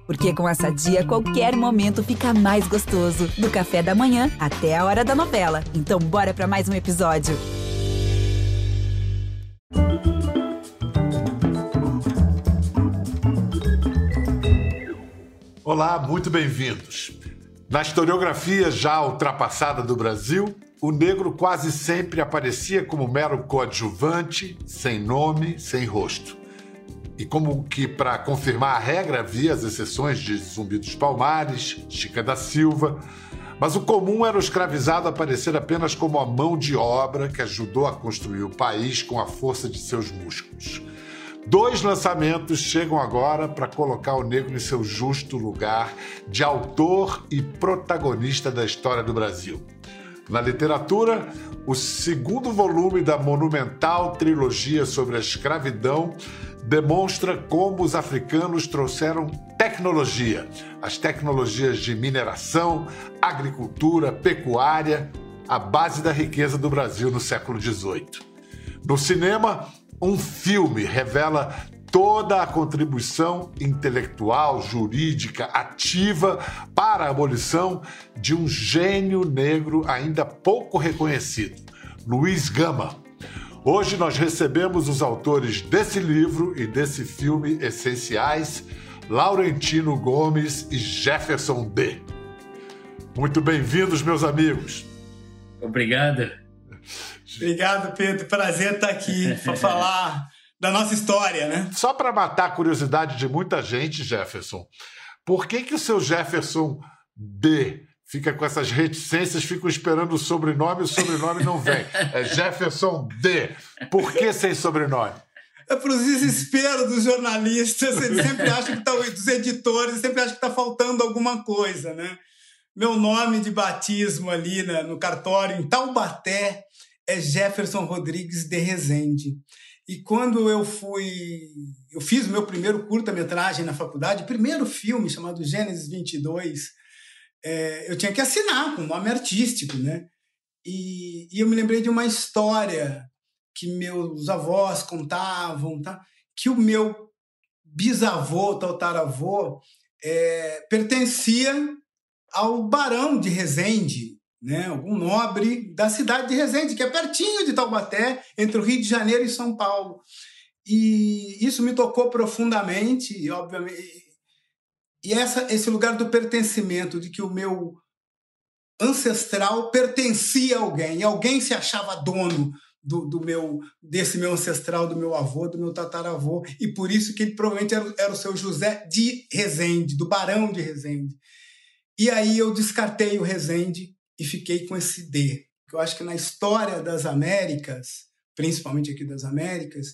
Porque com a Sadia, qualquer momento fica mais gostoso. Do café da manhã até a hora da novela. Então bora pra mais um episódio. Olá, muito bem-vindos. Na historiografia já ultrapassada do Brasil, o negro quase sempre aparecia como mero coadjuvante, sem nome, sem rosto. E como que para confirmar a regra havia as exceções de Zumbi dos Palmares, Chica da Silva, mas o comum era o escravizado aparecer apenas como a mão de obra que ajudou a construir o país com a força de seus músculos. 2 lançamentos chegam agora para colocar o negro em seu justo lugar de autor e protagonista da história do Brasil. Na literatura, o 2º volume da monumental trilogia sobre a escravidão demonstra como os africanos trouxeram tecnologia, as tecnologias de mineração, agricultura, pecuária, a base da riqueza do Brasil no século XVIII. No cinema, um filme revela toda a contribuição intelectual, jurídica, ativa para a abolição de um gênio negro ainda pouco reconhecido, Luiz Gama. Hoje nós recebemos os autores desse livro e desse filme essenciais, Laurentino Gomes e Jefferson D. Muito bem-vindos, meus amigos. Obrigado. Obrigado, Pedro. Prazer estar aqui para falar da nossa história, né? Só para matar a curiosidade de muita gente, Jefferson, por que o seu Jefferson D fica com essas reticências, ficam esperando o sobrenome não vem? É Jefferson D. Por que sem sobrenome? É para os desesperos dos jornalistas, eles sempre acham que dos editores, sempre acham que está faltando alguma coisa, né? Meu nome de batismo ali no cartório, em Taubaté, é Jefferson Rodrigues de Rezende. E quando eu fiz o meu primeiro curta-metragem na faculdade, o primeiro filme chamado Gênesis 22, eu tinha que assinar com nome artístico, né? E eu me lembrei de uma história que meus avós contavam, tá? Que o meu bisavô, tataravô, pertencia ao barão de Rezende, né? Algum nobre da cidade de Rezende, que é pertinho de Taubaté, entre o Rio de Janeiro e São Paulo. E isso me tocou profundamente, e obviamente. E esse lugar do pertencimento, de que o meu ancestral pertencia a alguém, e alguém se achava dono desse meu ancestral, do meu avô, do meu tataravô, e por isso que ele provavelmente era o seu José de Rezende, do Barão de Rezende. E aí eu descartei o Rezende e fiquei com esse D. Eu acho que na história das Américas, principalmente aqui das Américas,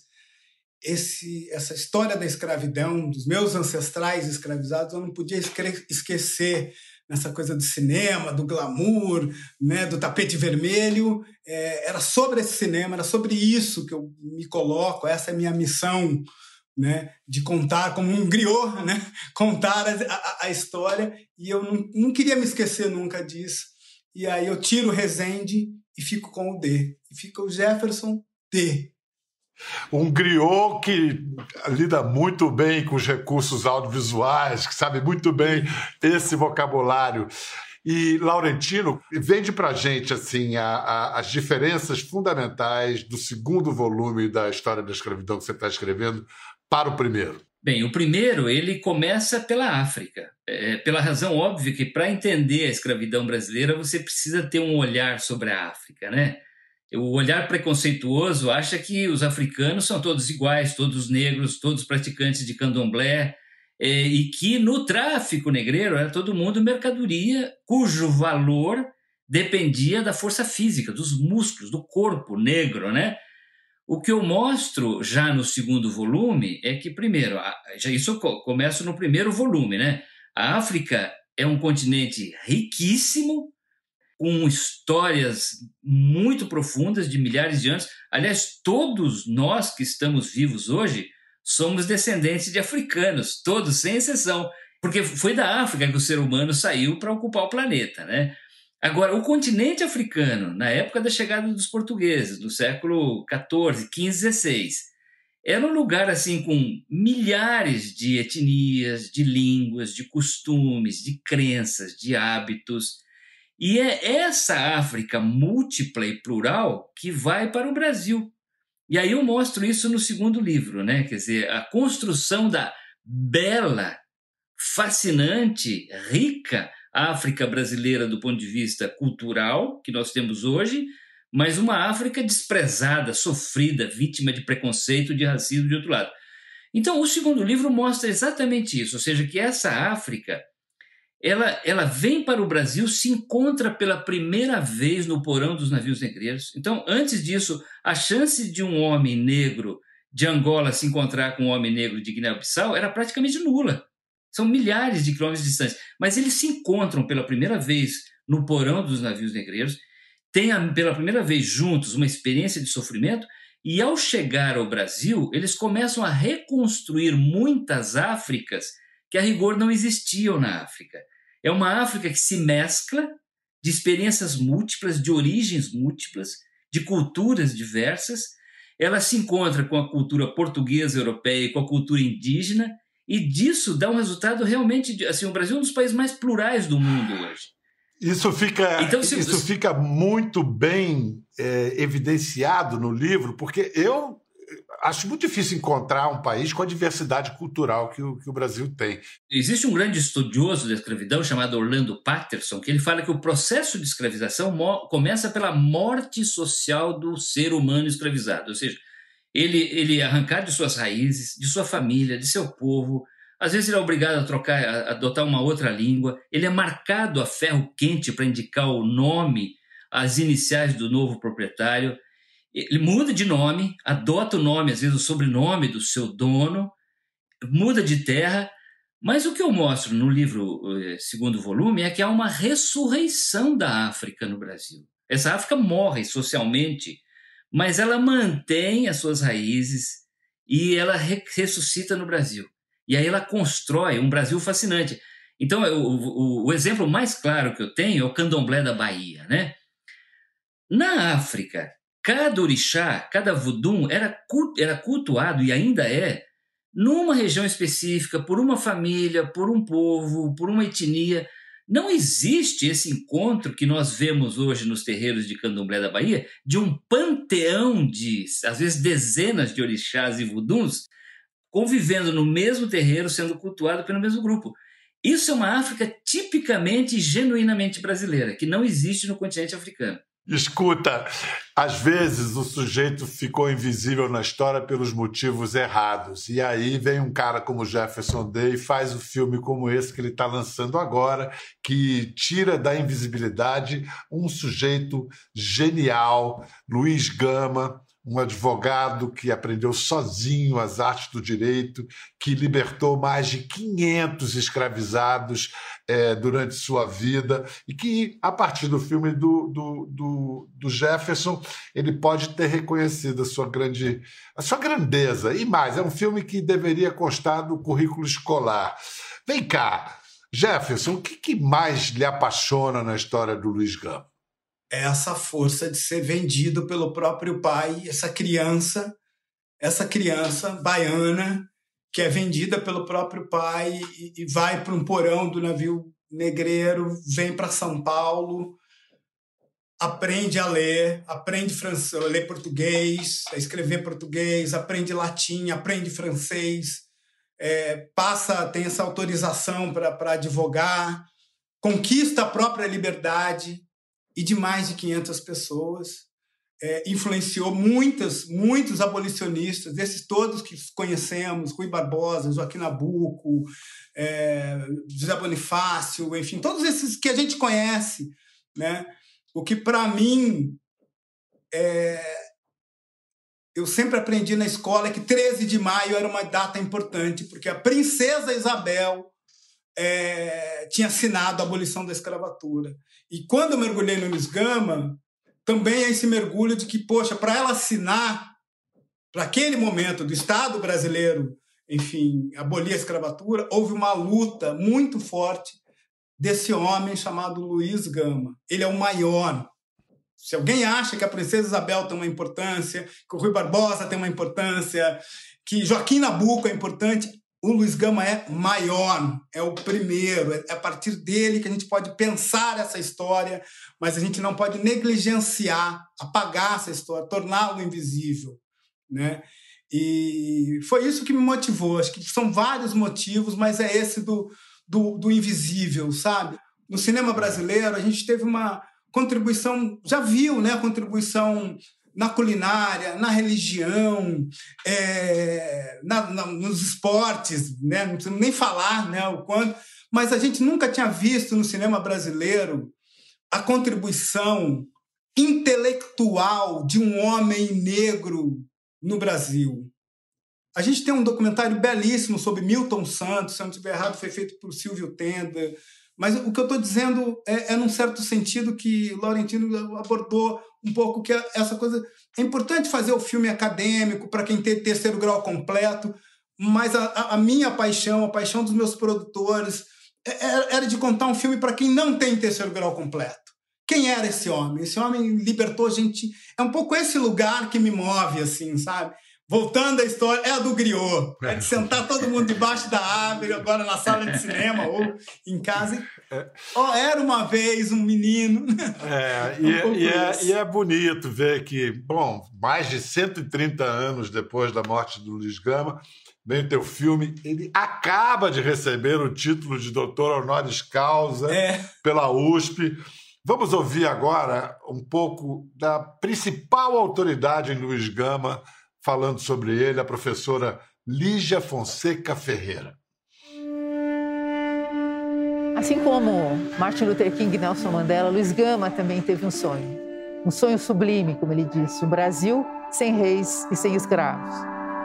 essa história da escravidão, dos meus ancestrais escravizados, eu não podia esquecer nessa coisa do cinema, do glamour, né, do tapete vermelho. Era sobre esse cinema, era sobre isso que eu me coloco, essa é a minha missão, né, de contar como um griot, né, contar a história, e eu não queria me esquecer nunca disso. E aí eu tiro o Rezende e fico com o D, e fica o Jefferson D. Um griot que lida muito bem com os recursos audiovisuais, que sabe muito bem esse vocabulário. E, Laurentino, vende para a gente assim, as diferenças fundamentais do 2º volume da História da Escravidão que você está escrevendo para o primeiro. Bem, o primeiro ele começa pela África, pela razão óbvia que para entender a escravidão brasileira você precisa ter um olhar sobre a África, né? O olhar preconceituoso acha que os africanos são todos iguais, todos negros, todos praticantes de candomblé, e que no tráfico negreiro era todo mundo mercadoria cujo valor dependia da força física, dos músculos, do corpo negro, né? O que eu mostro já no 2º volume é que, primeiro, isso começa no 1º volume, né? A África é um continente riquíssimo, com histórias muito profundas de milhares de anos. Aliás, todos nós que estamos vivos hoje somos descendentes de africanos, todos, sem exceção, porque foi da África que o ser humano saiu para ocupar o planeta, né? Agora, o continente africano, na época da chegada dos portugueses, no século XIV, XV, XVI, era um lugar assim com milhares de etnias, de línguas, de costumes, de crenças, de hábitos. E é essa África múltipla e plural que vai para o Brasil. E aí eu mostro isso no segundo livro, né? Quer dizer, a construção da bela, fascinante, rica África brasileira do ponto de vista cultural que nós temos hoje, mas uma África desprezada, sofrida, vítima de preconceito, de racismo de outro lado. Então, o segundo livro mostra exatamente isso, ou seja, que essa África, ela vem para o Brasil, se encontra pela primeira vez no porão dos navios negreiros. Então, antes disso, a chance de um homem negro de Angola se encontrar com um homem negro de Guiné-Bissau era praticamente nula. São milhares de quilômetros de distância. Mas eles se encontram pela primeira vez no porão dos navios negreiros, têm pela primeira vez juntos uma experiência de sofrimento, e ao chegar ao Brasil, eles começam a reconstruir muitas Áfricas que a rigor não existiam na África. É uma África que se mescla de experiências múltiplas, de origens múltiplas, de culturas diversas. Ela se encontra com a cultura portuguesa, europeia e com a cultura indígena, e disso dá um resultado realmente... Assim, o Brasil é um dos países mais plurais do mundo hoje. Isso fica muito bem evidenciado no livro, porque eu acho muito difícil encontrar um país com a diversidade cultural que o Brasil tem. Existe um grande estudioso da escravidão chamado Orlando Patterson, que ele fala que o processo de escravização começa pela morte social do ser humano escravizado, ou seja, ele é arrancado de suas raízes, de sua família, de seu povo. Às vezes ele é obrigado a adotar uma outra língua, ele é marcado a ferro quente para indicar o nome, as iniciais do novo proprietário. Ele muda de nome, adota o nome, às vezes o sobrenome do seu dono, muda de terra, mas o que eu mostro no livro segundo volume é que há uma ressurreição da África no Brasil. Essa África morre socialmente, mas ela mantém as suas raízes e ela ressuscita no Brasil. E aí ela constrói um Brasil fascinante. Então, o exemplo mais claro que eu tenho é o candomblé da Bahia, né? Na África, cada orixá, cada vodum era cultuado, e ainda é, numa região específica, por uma família, por um povo, por uma etnia. Não existe esse encontro que nós vemos hoje nos terreiros de candomblé da Bahia, de um panteão de, às vezes, dezenas de orixás e voduns convivendo no mesmo terreiro, sendo cultuado pelo mesmo grupo. Isso é uma África tipicamente e genuinamente brasileira, que não existe no continente africano. Escuta, às vezes o sujeito ficou invisível na história pelos motivos errados. E aí vem um cara como Jefferson Day e faz um filme como esse que ele está lançando agora, que tira da invisibilidade um sujeito genial, Luiz Gama, um advogado que aprendeu sozinho as artes do direito, que libertou mais de 500 escravizados durante sua vida, e que, a partir do filme do Jefferson, ele pode ter reconhecido a sua grandeza. E mais, é um filme que deveria constar do currículo escolar. Vem cá, Jefferson, o que mais lhe apaixona na história do Luiz Gama? Essa força de ser vendido pelo próprio pai, essa criança baiana, que é vendida pelo próprio pai e vai para um porão do navio negreiro, vem para São Paulo, aprende a ler francês, a ler português, a escrever português, aprende latim, aprende francês, tem essa autorização para advogar, conquista a própria liberdade, e de mais de 500 pessoas, influenciou muitos abolicionistas, desses todos que conhecemos, Rui Barbosa, Joaquim Nabuco, José Bonifácio, enfim, todos esses que a gente conhece, né? O que, para mim, eu sempre aprendi na escola que 13 de maio era uma data importante, porque a princesa Isabel tinha assinado a abolição da escravatura. E quando eu mergulhei no Luiz Gama, também é esse mergulho de que, poxa, para ela assinar, para aquele momento do Estado brasileiro, enfim, abolir a escravatura, houve uma luta muito forte desse homem chamado Luiz Gama. Ele é o maior. Se alguém acha que a princesa Isabel tem uma importância, que o Rui Barbosa tem uma importância, que Joaquim Nabuco é importante, o Luiz Gama é maior, é o primeiro, é a partir dele que a gente pode pensar essa história, mas a gente não pode negligenciar, apagar essa história, torná-lo invisível, né? E foi isso que me motivou. Acho que são vários motivos, mas é esse do invisível, sabe? No cinema brasileiro, a gente teve uma contribuição, já viu, né? A contribuição na culinária, na religião, nos esportes, né? Não preciso nem falar, né, o quanto, mas a gente nunca tinha visto no cinema brasileiro a contribuição intelectual de um homem negro no Brasil. A gente tem um documentário belíssimo sobre Milton Santos, se eu não estiver errado, foi feito por Silvio Tenda, mas o que eu estou dizendo é num certo sentido que Laurentino abordou um pouco, que essa coisa... É importante fazer o filme acadêmico para quem tem terceiro grau completo, mas a minha paixão, a paixão dos meus produtores, era de contar um filme para quem não tem terceiro grau completo. Quem era esse homem? Esse homem libertou gente... É um pouco esse lugar que me move, assim, sabe? Voltando à história, é a do griot. É de sentar todo mundo debaixo da árvore, agora na sala de cinema ou em casa. Era uma vez um menino. E é bonito ver que, bom, mais de 130 anos depois da morte do Luiz Gama, vem o teu filme, ele acaba de receber o título de doutor honoris causa pela USP. Vamos ouvir agora um pouco da principal autoridade em Luiz Gama, falando sobre ele, a professora Lígia Fonseca Ferreira. Assim como Martin Luther King e Nelson Mandela, Luiz Gama também teve um sonho sublime, como ele disse, o Brasil sem reis e sem escravos.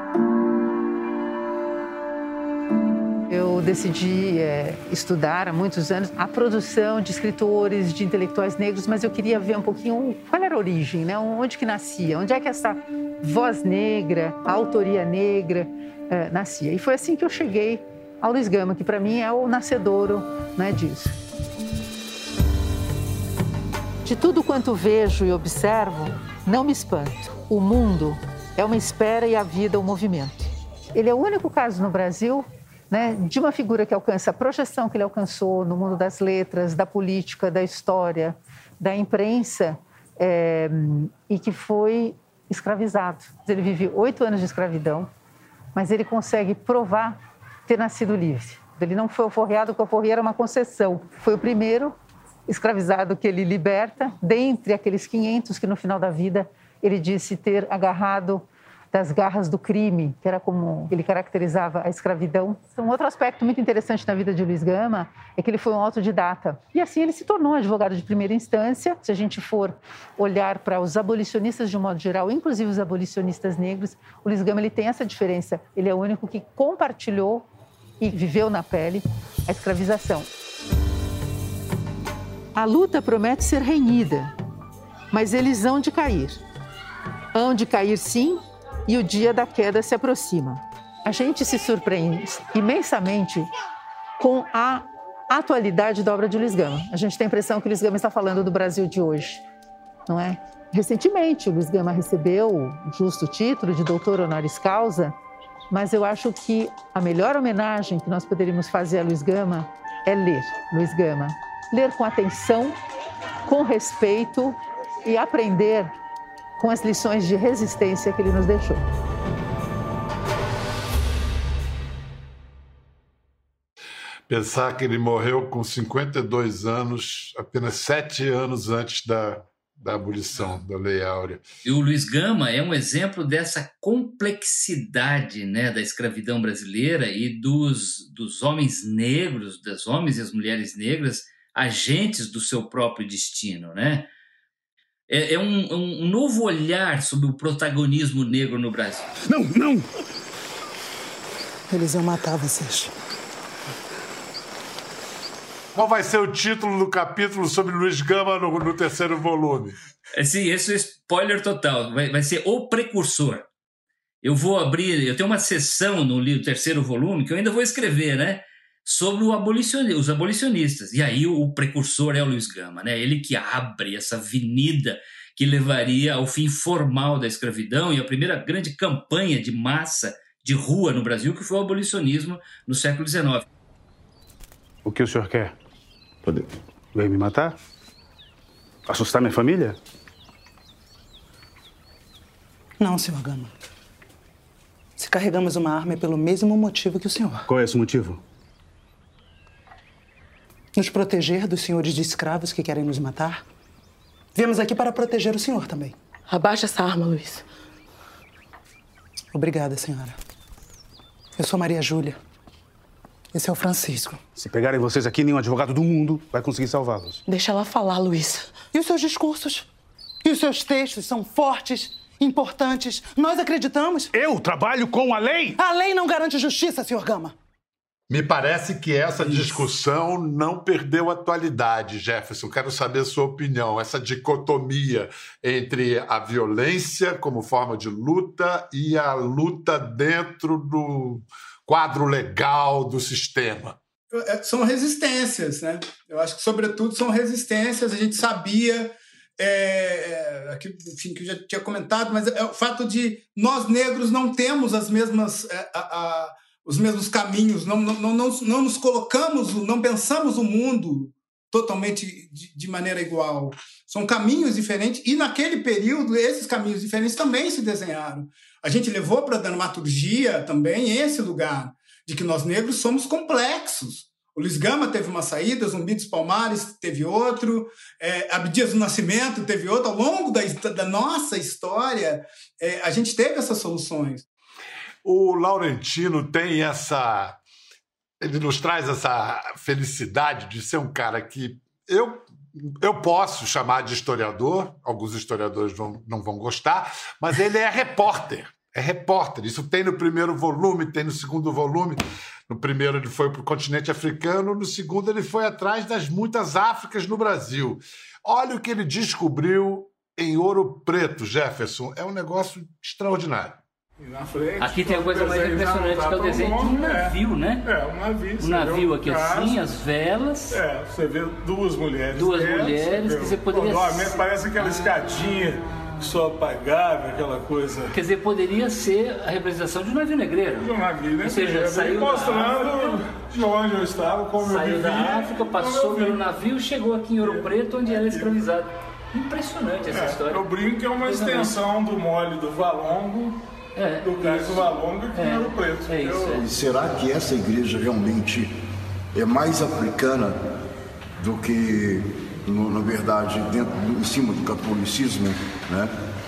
Eu decidi estudar há muitos anos a produção de escritores, de intelectuais negros, mas eu queria ver um pouquinho qual era a origem, né? Onde que nascia, onde é que essa voz negra, a autoria negra nascia. E foi assim que eu cheguei ao Luiz Gama, que para mim é o nascedouro, né, disso. De tudo quanto vejo e observo, não me espanto. O mundo é uma espera e a vida um movimento. Ele é o único caso no Brasil, né, de uma figura que alcança a projeção que ele alcançou no mundo das letras, da política, da história, da imprensa, e que foi escravizado. Ele vive 8 anos de escravidão, mas ele consegue provar ter nascido livre. Ele não foi alforreado, porque o alforria era uma concessão. Foi o primeiro escravizado que ele liberta, dentre aqueles 500 que no final da vida ele disse ter agarrado das garras do crime, que era como ele caracterizava a escravidão. Um outro aspecto muito interessante na vida de Luiz Gama é que ele foi um autodidata. E assim ele se tornou advogado de primeira instância. Se a gente for olhar para os abolicionistas de um modo geral, inclusive os abolicionistas negros, o Luiz Gama ele tem essa diferença. Ele é o único que compartilhou e viveu na pele a escravização. A luta promete ser renhida, mas eles hão de cair. Hão de cair, sim, e o dia da queda se aproxima. A gente se surpreende imensamente com a atualidade da obra de Luiz Gama. A gente tem a impressão que o Luiz Gama está falando do Brasil de hoje, não é? Recentemente, o Luiz Gama recebeu o justo título de doutor honoris causa, mas eu acho que a melhor homenagem que nós poderíamos fazer a Luiz Gama é ler Luiz Gama. Ler com atenção, com respeito e aprender com as lições de resistência que ele nos deixou. Pensar que ele morreu com 52 anos, apenas 7 anos antes da abolição da Lei Áurea. E o Luiz Gama é um exemplo dessa complexidade, né, da escravidão brasileira e dos homens negros, das homens e as mulheres negras, agentes do seu próprio destino, né? É um novo olhar sobre o protagonismo negro no Brasil. Não, não! Eles iam matar vocês. Qual vai ser o título do capítulo sobre Luiz Gama no terceiro volume? Sim, esse é spoiler total. Vai ser O Precursor. Eu vou abrir... Eu tenho uma seção no terceiro volume que eu ainda vou escrever, né? Sobre os abolicionistas. E aí o precursor é o Luiz Gama, né? Ele que abre essa avenida que levaria ao fim formal da escravidão e a primeira grande campanha de massa de rua no Brasil, que foi o abolicionismo no século XIX. O que o senhor quer? Poder. Veio me matar? Assustar minha família? Não, senhor Gama. Se carregamos uma arma é pelo mesmo motivo que o senhor. Qual é esse motivo? Nos proteger dos senhores de escravos que querem nos matar. Viemos aqui para proteger o senhor também. Abaixa essa arma, Luiz. Obrigada, senhora. Eu sou Maria Júlia. Esse é o Francisco. Se pegarem vocês aqui, nenhum advogado do mundo vai conseguir salvá-los. Deixa ela falar, Luiz. E os seus discursos? E os seus textos são fortes, importantes. Nós acreditamos. Eu trabalho com a lei? A lei não garante justiça, senhor Gama. Me parece que essa discussão não perdeu atualidade, Jefferson. Quero saber a sua opinião. Essa dicotomia entre a violência como forma de luta e a luta dentro do quadro legal do sistema. São resistências, né? Eu acho que, sobretudo, são resistências. A gente sabia, enfim, que eu já tinha comentado, mas é o fato de nós negros não temos as mesmas... os mesmos caminhos, não nos colocamos, não pensamos o mundo totalmente de maneira igual. São caminhos diferentes e, naquele período, esses caminhos diferentes também se desenharam. A gente levou para a dramaturgia também esse lugar de que nós negros somos complexos. O Luiz Gama teve uma saída, Zumbi dos Palmares teve outro, Abdias do Nascimento teve outro. Ao longo da nossa história, a gente teve essas soluções. O Laurentino tem ele nos traz essa felicidade de ser um cara que eu posso chamar de historiador, alguns historiadores não vão gostar, mas ele é repórter. É repórter. Isso tem no primeiro volume, tem no segundo volume. No primeiro ele foi para o continente africano, no segundo ele foi atrás das muitas Áfricas no Brasil. Olha o que ele descobriu em Ouro Preto, Jefferson. É um negócio extraordinário. Frente, aqui tem a coisa mais impressionante, que é o desenho de um navio, né? Um navio. Um navio aqui assim, as velas. Você vê duas mulheres. Duas mulheres, que você poderia... Parece aquela escadinha que só apagava, aquela coisa... Quer dizer, poderia ser a representação de um navio negreiro. De um navio negreiro. Ou seja, saiu mostrando de onde eu estava, como eu vivia. Saiu da África, passou pelo navio, chegou aqui em Ouro Preto, onde ela é escravizada. Impressionante essa história. Eu brinco que é uma extensão do mole do Valongo, do Cais do Valongo aqui em Ouro Preto. E será que essa igreja realmente é mais africana do que, na verdade, em cima do catolicismo, né?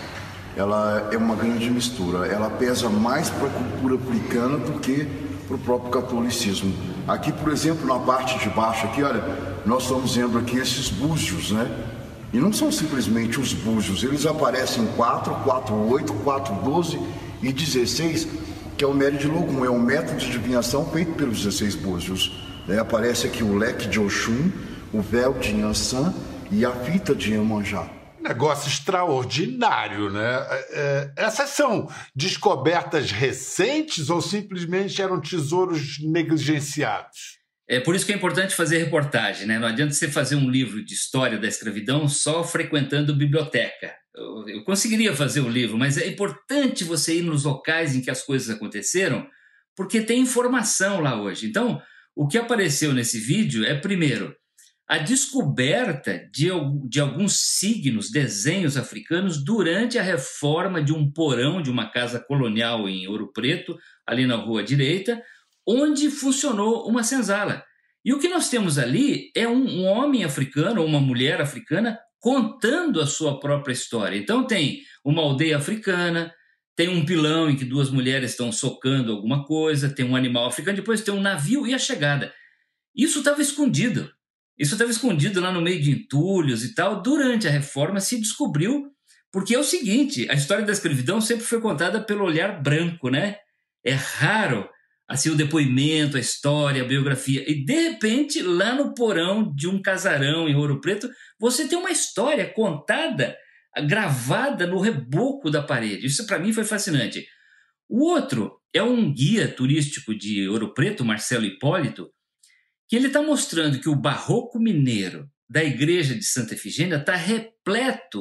Ela é uma grande mistura. Ela pesa mais para a cultura africana do que para o próprio catolicismo. Aqui, por exemplo, na parte de baixo, aqui, olha, nós estamos vendo aqui esses búzios, né? E não são simplesmente os búzios, eles aparecem 4, 4, 8, 4, 12 e 16, que é o Mérito de Logum, é um método de adivinhação feito pelos 16 búzios. Aparece aqui o leque de Oxum, o véu de Inhansã e a fita de Iemanjá. Negócio extraordinário, né? Essas são descobertas recentes ou simplesmente eram tesouros negligenciados? É por isso que é importante fazer reportagem, né? Não adianta você fazer um livro de história da escravidão só frequentando biblioteca. Eu conseguiria fazer um livro, mas é importante você ir nos locais em que as coisas aconteceram, porque tem informação lá hoje. Então, o que apareceu nesse vídeo é, primeiro, a descoberta de alguns signos, desenhos africanos durante a reforma de um porão de uma casa colonial em Ouro Preto, ali na rua direita, onde funcionou uma senzala. E o que nós temos ali é um homem africano ou uma mulher africana contando a sua própria história. Então tem uma aldeia africana, tem um pilão em que duas mulheres estão socando alguma coisa, tem um animal africano, depois tem um navio e a chegada. Isso estava escondido. Isso estava escondido lá no meio de entulhos e tal. Durante a reforma se descobriu, porque é o seguinte, a história da escravidão sempre foi contada pelo olhar branco, né? É raro assim, o depoimento, a história, a biografia. E, de repente, lá no porão de um casarão em Ouro Preto, você tem uma história contada, gravada no reboco da parede. Isso, para mim, foi fascinante. O outro é um guia turístico de Ouro Preto, Marcelo Hipólito, que ele está mostrando que o barroco mineiro da igreja de Santa Efigênia está repleto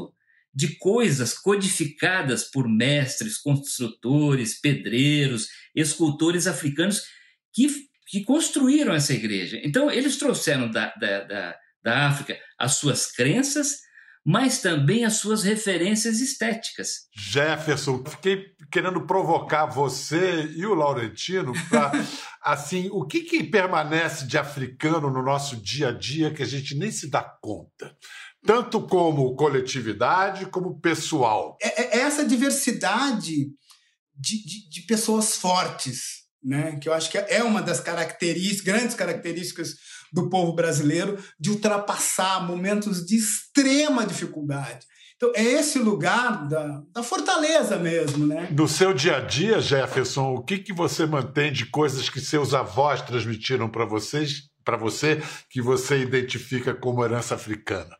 de coisas codificadas por mestres, construtores, pedreiros, escultores africanos que construíram essa igreja. Então, eles trouxeram da África as suas crenças, mas também as suas referências estéticas. Jefferson, fiquei querendo provocar você e o Laurentino para, assim, o que permanece de africano no nosso dia a dia que a gente nem se dá conta? Tanto como coletividade, como pessoal. Essa diversidade de pessoas fortes, né? Que eu acho que é uma das grandes características do povo brasileiro, de ultrapassar momentos de extrema dificuldade. Então, é esse lugar da fortaleza mesmo, né? No seu dia a dia, Jefferson, o que você mantém de coisas que seus avós transmitiram para você, que você identifica como herança africana?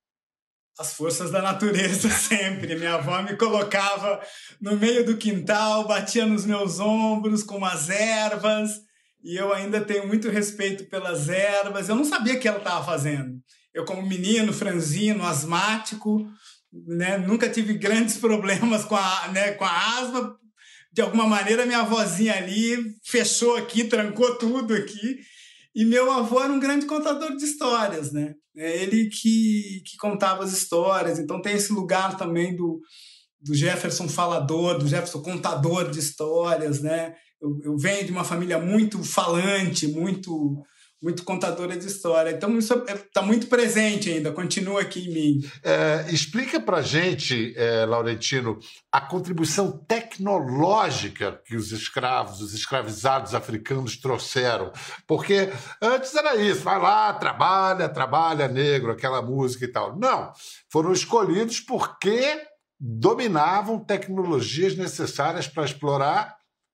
As forças da natureza sempre. Minha avó me colocava no meio do quintal, batia nos meus ombros com as ervas, e eu ainda tenho muito respeito pelas ervas. Eu não sabia o que ela estava fazendo. Eu, como menino, franzino, asmático, né, nunca tive grandes problemas com a asma. De alguma maneira, minha avózinha ali fechou aqui, trancou tudo aqui. E meu avô era um grande contador de histórias, né? É ele que contava as histórias. Então tem esse lugar também do Jefferson falador, do Jefferson contador de histórias, né? Eu venho de uma família muito falante, muito contadora de história. Então isso está muito presente ainda, continua aqui em mim. Explica para a gente, Laurentino, a contribuição tecnológica que os escravizados africanos trouxeram. Porque antes era isso, vai lá, trabalha negro, aquela música e tal. Não, foram escolhidos porque dominavam tecnologias necessárias para explorar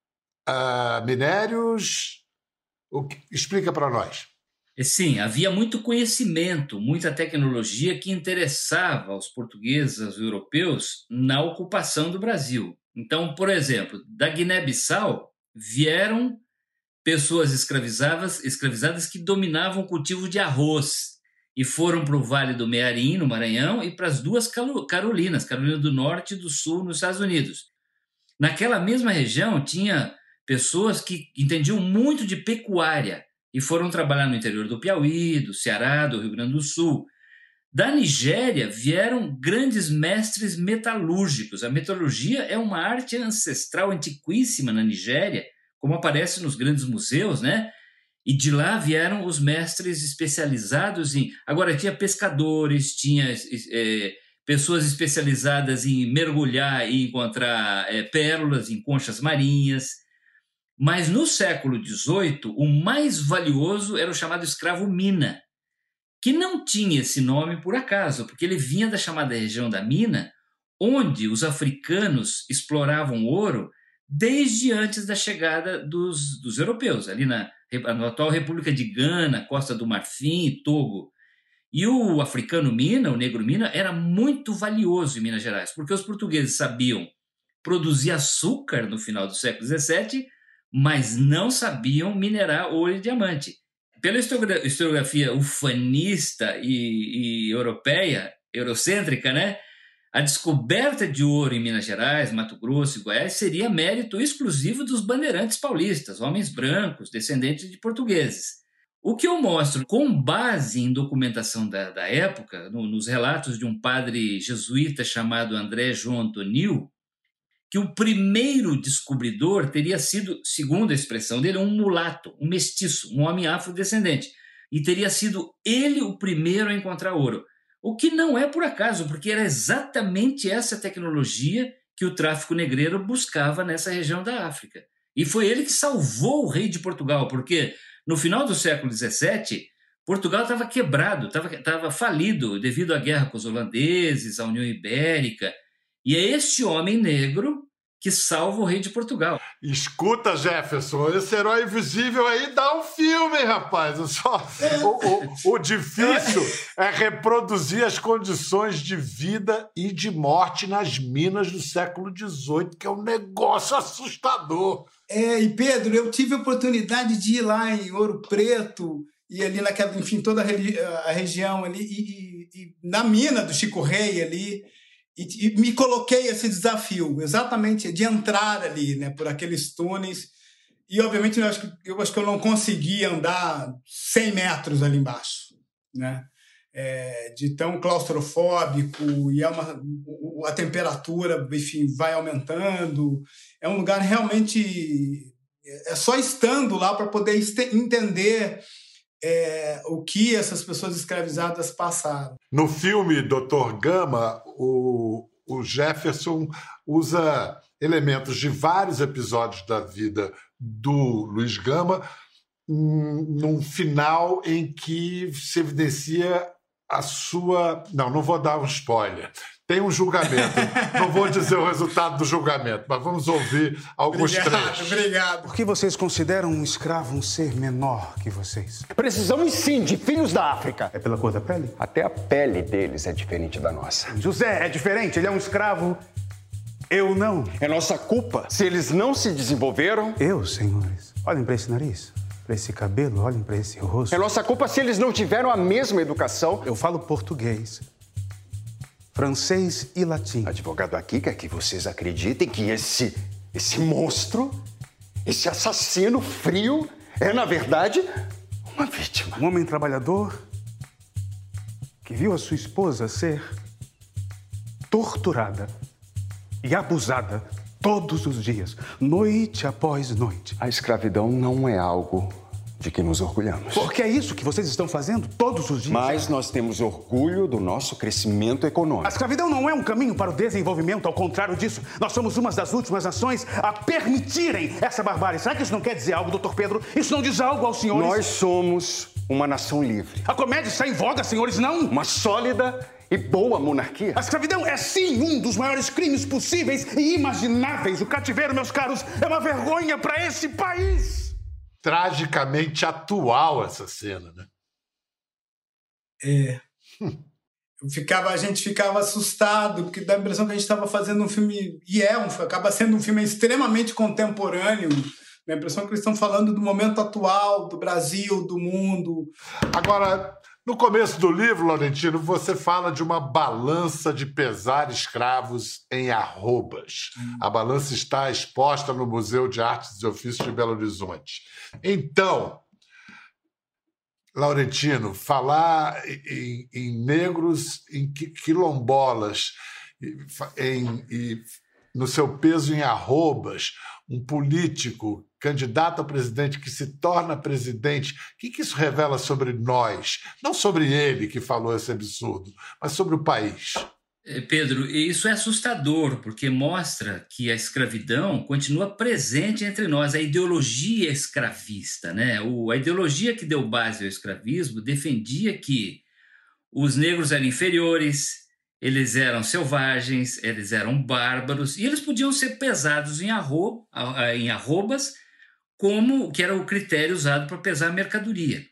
minérios. Explica para nós. Sim, havia muito conhecimento, muita tecnologia que interessava aos portugueses, aos europeus, na ocupação do Brasil. Então, por exemplo, da Guiné-Bissau vieram pessoas escravizadas que dominavam o cultivo de arroz e foram para o Vale do Mearim, no Maranhão, e para as duas Carolinas, Carolina do Norte e do Sul, nos Estados Unidos. Naquela mesma região tinha pessoas que entendiam muito de pecuária e foram trabalhar no interior do Piauí, do Ceará, do Rio Grande do Sul. Da Nigéria vieram grandes mestres metalúrgicos. A metalurgia é uma arte ancestral antiquíssima na Nigéria, como aparece nos grandes museus, né? E de lá vieram os mestres especializados em... Agora, tinha pescadores, tinha pessoas especializadas em mergulhar e encontrar pérolas em conchas marinhas. Mas no século XVIII, o mais valioso era o chamado escravo mina, que não tinha esse nome por acaso, porque ele vinha da chamada região da mina, onde os africanos exploravam ouro desde antes da chegada dos europeus, ali na atual República de Gana, Costa do Marfim e Togo. E o africano mina, o negro mina, era muito valioso em Minas Gerais, porque os portugueses sabiam produzir açúcar no final do século XVII, mas não sabiam minerar ouro e diamante. Pela historiografia ufanista e europeia, eurocêntrica, né, a descoberta de ouro em Minas Gerais, Mato Grosso e Goiás seria mérito exclusivo dos bandeirantes paulistas, homens brancos, descendentes de portugueses. O que eu mostro, com base em documentação da época, nos relatos de um padre jesuíta chamado André João Antonil, que o primeiro descobridor teria sido, segundo a expressão dele, um mulato, um mestiço, um homem afrodescendente. E teria sido ele o primeiro a encontrar ouro. O que não é por acaso, porque era exatamente essa tecnologia que o tráfico negreiro buscava nessa região da África. E foi ele que salvou o rei de Portugal, porque no final do século XVII, Portugal estava quebrado, estava falido devido à guerra com os holandeses, à União Ibérica. E é este homem negro que salva o rei de Portugal. Escuta, Jefferson, esse herói invisível aí dá um filme, rapaz. O difícil é reproduzir as condições de vida e de morte nas minas do século XVIII, que é um negócio assustador. E Pedro, eu tive a oportunidade de ir lá em Ouro Preto e ali naquela, enfim, toda a região ali, e na mina do Chico Rei ali. E me coloquei esse desafio, exatamente, de entrar ali, né, por aqueles túneis. E, obviamente, eu acho que eu não consegui andar 100 metros ali embaixo, né? De tão claustrofóbico, e a temperatura, enfim, vai aumentando. É um lugar realmente... É só estando lá para poder entender o que essas pessoas escravizadas passaram. No filme Dr. Gama, o Jefferson usa elementos de vários episódios da vida do Luiz Gama num final em que se evidencia a sua... Não vou dar um spoiler. Tem um julgamento. Não vou dizer o resultado do julgamento, mas vamos ouvir alguns trechos. Obrigado. Por que vocês consideram um escravo um ser menor que vocês? Precisamos sim de filhos da África. É pela cor da pele? Até a pele deles é diferente da nossa. José é diferente, ele é um escravo. Eu não. É nossa culpa se eles não se desenvolveram. Eu, senhores, olhem para esse nariz, para esse cabelo, olhem para esse rosto. É nossa culpa se eles não tiveram a mesma educação. Eu falo português, francês e latim. Advogado aqui quer que vocês acreditem que esse monstro, esse assassino frio, é, na verdade, uma vítima. Um homem trabalhador que viu a sua esposa ser torturada e abusada todos os dias, noite após noite. A escravidão não é algo de que nos orgulhamos. Porque é isso que vocês estão fazendo todos os dias. Mas nós temos orgulho do nosso crescimento econômico. A escravidão não é um caminho para o desenvolvimento, ao contrário disso. Nós somos uma das últimas nações a permitirem essa barbárie. Será que isso não quer dizer algo, doutor Pedro? Isso não diz algo aos senhores? Nós somos uma nação livre. A comédia está em voga, senhores, não? Uma sólida e boa monarquia. A escravidão é, sim, um dos maiores crimes possíveis e imagináveis. O cativeiro, meus caros, é uma vergonha para esse país. Tragicamente atual essa cena, né? A gente ficava assustado, porque dá a impressão que a gente estava fazendo um filme, acaba sendo um filme extremamente contemporâneo. Dá a impressão que eles estão falando do momento atual, do Brasil, do mundo. Agora, no começo do livro, Laurentino, você fala de uma balança de pesar escravos em arrobas. A balança está exposta no Museu de Artes e Ofícios de Belo Horizonte. Então, Laurentino, falar em negros, em quilombolas, no seu peso em arrobas, um político, candidato a presidente que se torna presidente, o que isso revela sobre nós? Não sobre ele que falou esse absurdo, mas sobre o país. Pedro, isso é assustador, porque mostra que a escravidão continua presente entre nós, a ideologia escravista, né? A ideologia que deu base ao escravismo defendia que os negros eram inferiores, eles eram selvagens, eles eram bárbaros, e eles podiam ser pesados em arrobas, como que era o critério usado para pesar a mercadoria.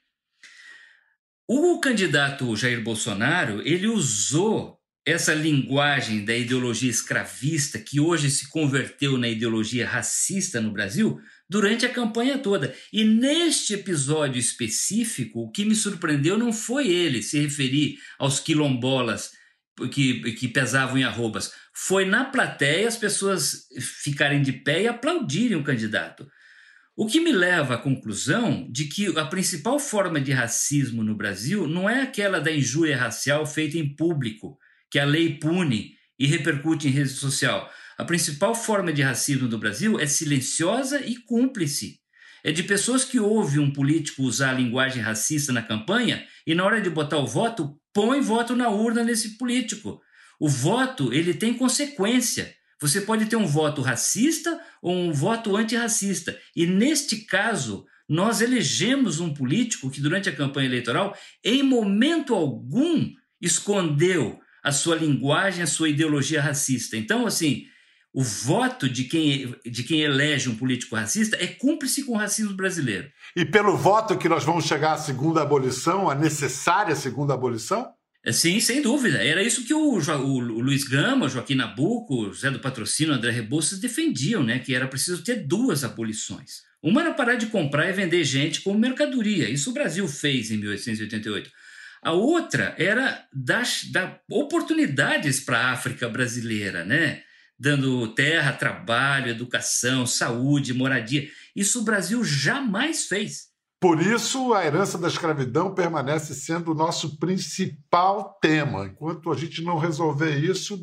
O candidato Jair Bolsonaro, ele usou essa linguagem da ideologia escravista, que hoje se converteu na ideologia racista no Brasil, durante a campanha toda. E neste episódio específico, o que me surpreendeu não foi ele se referir aos quilombolas que pesavam em arrobas. Foi na plateia as pessoas ficarem de pé e aplaudirem o candidato. O que me leva à conclusão de que a principal forma de racismo no Brasil não é aquela da injúria racial feita em público, que a lei pune e repercute em rede social. A principal forma de racismo no Brasil é silenciosa e cúmplice. É de pessoas que ouvem um político usar a linguagem racista na campanha e na hora de botar o voto, põe voto na urna nesse político. O voto, ele tem consequência. Você pode ter um voto racista ou um voto antirracista. E neste caso, nós elegemos um político que durante a campanha eleitoral, em momento algum, escondeu a sua linguagem, a sua ideologia racista. Então, assim, o voto de quem elege um político racista é cúmplice com o racismo brasileiro. E pelo voto que nós vamos chegar à segunda abolição, a necessária segunda abolição? Sim, sem dúvida. Era isso que o Luiz Gama, o Joaquim Nabuco, o José do Patrocínio, o André Rebouças defendiam, né? Que era preciso ter duas abolições. Uma era parar de comprar e vender gente como mercadoria. Isso o Brasil fez em 1888. A outra era dar oportunidades para a África brasileira, né? Dando terra, trabalho, educação, saúde, moradia. Isso o Brasil jamais fez. Por isso, a herança da escravidão permanece sendo o nosso principal tema. Enquanto a gente não resolver isso,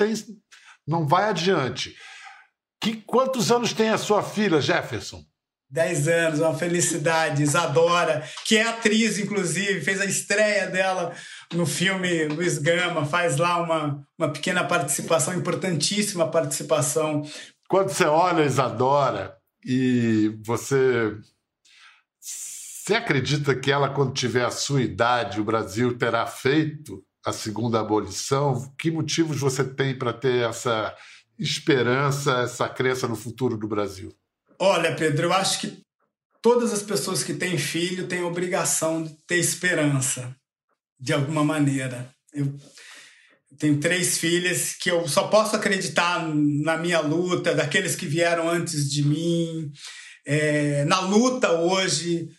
não vai adiante. Quantos anos tem a sua filha, Jefferson? 10 anos, uma felicidade. Isadora, que é atriz, inclusive, fez a estreia dela no filme Luiz Gama, faz lá uma pequena participação, importantíssima participação. Quando você olha a Isadora e você acredita que ela, quando tiver a sua idade, o Brasil terá feito a segunda abolição? Que motivos você tem para ter essa esperança, essa crença no futuro do Brasil? Olha, Pedro, eu acho que todas as pessoas que têm filho têm a obrigação de ter esperança, de alguma maneira. Eu tenho 3 filhas que eu só posso acreditar na minha luta, daqueles que vieram antes de mim, na luta hoje,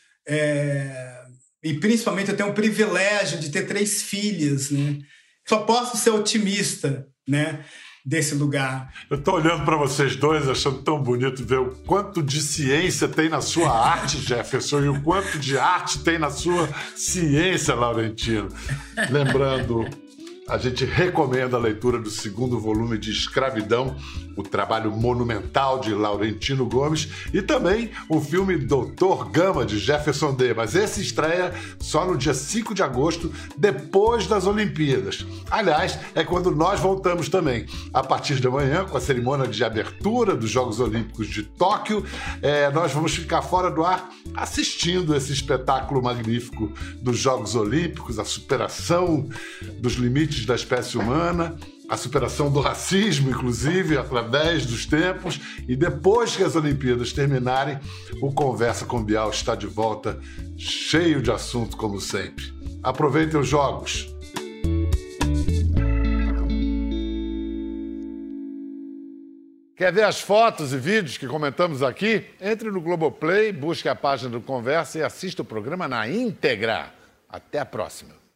e principalmente eu tenho o privilégio de ter 3 filhas, né? Só posso ser otimista, né, desse lugar. Eu estou olhando para vocês dois, achando tão bonito ver o quanto de ciência tem na sua arte, Jefferson, e o quanto de arte tem na sua ciência, Laurentino. Lembrando, a gente recomenda a leitura do 2º volume de Escravidão, o trabalho monumental de Laurentino Gomes, e também o filme Doutor Gama, de Jefferson D. Mas esse estreia só no dia 5 de agosto, depois das Olimpíadas. Aliás, é quando nós voltamos também. A partir de amanhã, com a cerimônia de abertura dos Jogos Olímpicos de Tóquio, nós vamos ficar fora do ar assistindo esse espetáculo magnífico dos Jogos Olímpicos, a superação dos limites da espécie humana, a superação do racismo, inclusive, através dos tempos. E depois que as Olimpíadas terminarem, o Conversa com Bial está de volta, cheio de assunto, como sempre. Aproveitem os jogos. Quer ver as fotos e vídeos que comentamos aqui? Entre no Globoplay, busque a página do Conversa e assista o programa na íntegra. Até a próxima.